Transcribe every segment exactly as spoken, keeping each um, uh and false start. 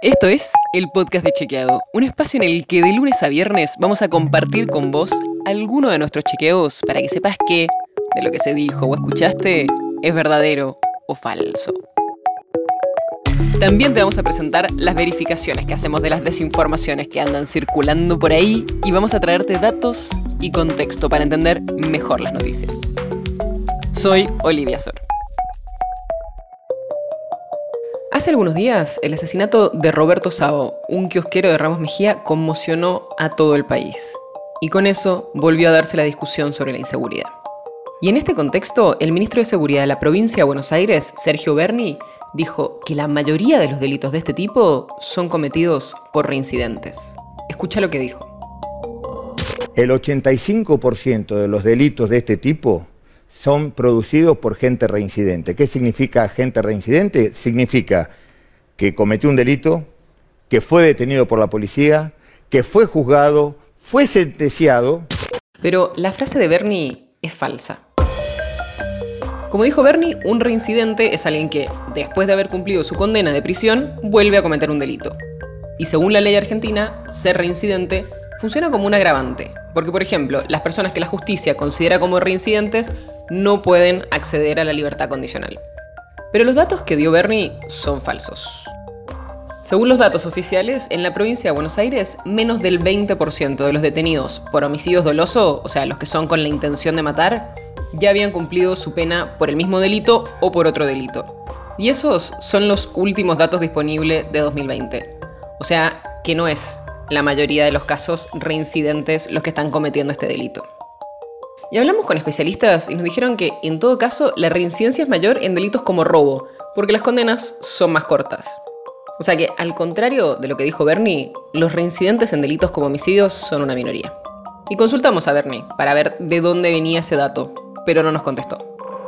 Esto es el podcast de Chequeado, un espacio en el que de lunes a viernes vamos a compartir con vos alguno de nuestros chequeos para que sepas que de lo que se dijo o escuchaste es verdadero o falso. También te vamos a presentar las verificaciones que hacemos de las desinformaciones que andan circulando por ahí y vamos a traerte datos y contexto para entender mejor las noticias. Soy Olivia Sor. Hace algunos días, el asesinato de Roberto Savo, un kiosquero de Ramos Mejía, conmocionó a todo el país. Y con eso volvió a darse la discusión sobre la inseguridad. Y en este contexto, el ministro de Seguridad de la provincia de Buenos Aires, Sergio Berni, dijo que la mayoría de los delitos de este tipo son cometidos por reincidentes. Escucha lo que dijo. El ochenta y cinco por ciento de los delitos de este tipo son producidos por gente reincidente. ¿Qué significa gente reincidente? Significa que cometió un delito, que fue detenido por la policía, que fue juzgado, fue sentenciado. Pero la frase de Berni es falsa. Como dijo Berni, un reincidente es alguien que, después de haber cumplido su condena de prisión, vuelve a cometer un delito. Y según la ley argentina, ser reincidente funciona como un agravante. Porque, por ejemplo, las personas que la justicia considera como reincidentes no pueden acceder a la libertad condicional. Pero los datos que dio Berni son falsos. Según los datos oficiales, en la provincia de Buenos Aires, menos del veinte por ciento de los detenidos por homicidios doloso, o sea, los que son con la intención de matar, ya habían cumplido su pena por el mismo delito o por otro delito. Y esos son los últimos datos disponibles de dos mil veinte. O sea, que no es la mayoría de los casos reincidentes los que están cometiendo este delito. Y hablamos con especialistas y nos dijeron que, en todo caso, la reincidencia es mayor en delitos como robo, porque las condenas son más cortas. O sea que, al contrario de lo que dijo Berni, los reincidentes en delitos como homicidios son una minoría. Y consultamos a Berni para ver de dónde venía ese dato, pero no nos contestó.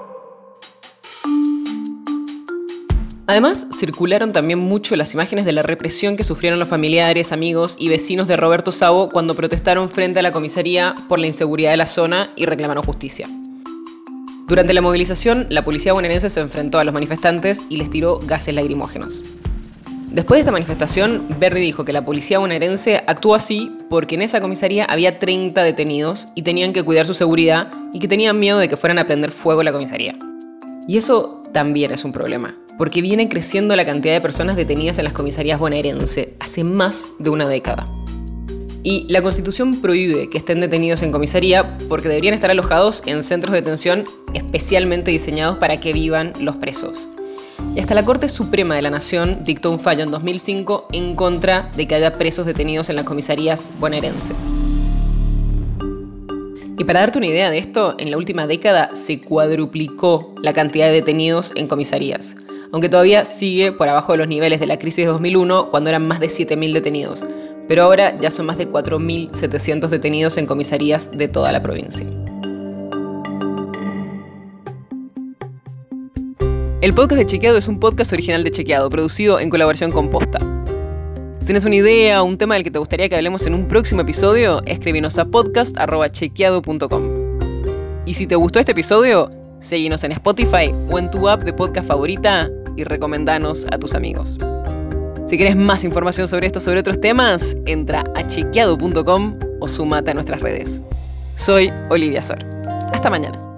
Además, circularon también mucho las imágenes de la represión que sufrieron los familiares, amigos y vecinos de Roberto Savo cuando protestaron frente a la comisaría por la inseguridad de la zona y reclamaron justicia. Durante la movilización, la policía bonaerense se enfrentó a los manifestantes y les tiró gases lacrimógenos. Después de esta manifestación, Berni dijo que la policía bonaerense actuó así porque en esa comisaría había treinta detenidos y tenían que cuidar su seguridad y que tenían miedo de que fueran a prender fuego la comisaría. Y eso también es un problema, porque viene creciendo la cantidad de personas detenidas en las comisarías bonaerenses hace más de una década. Y la Constitución prohíbe que estén detenidos en comisaría porque deberían estar alojados en centros de detención especialmente diseñados para que vivan los presos. Y hasta la Corte Suprema de la Nación dictó un fallo en dos mil cinco en contra de que haya presos detenidos en las comisarías bonaerenses. Y para darte una idea de esto, en la última década se cuadruplicó la cantidad de detenidos en comisarías, aunque todavía sigue por abajo de los niveles de la crisis de dos mil uno, cuando eran más de siete mil detenidos. Pero ahora ya son más de cuatro mil setecientos detenidos en comisarías de toda la provincia. El podcast de Chequeado es un podcast original de Chequeado, producido en colaboración con Posta. Si tienes una idea o un tema del que te gustaría que hablemos en un próximo episodio, escríbenos a podcast arroba chequeado punto com. Y si te gustó este episodio, seguinos en Spotify o en tu app de podcast favorita y recomendanos a tus amigos. Si querés más información sobre esto o sobre otros temas, entra a chequeado punto com o sumate a nuestras redes. Soy Olivia Sor. Hasta mañana.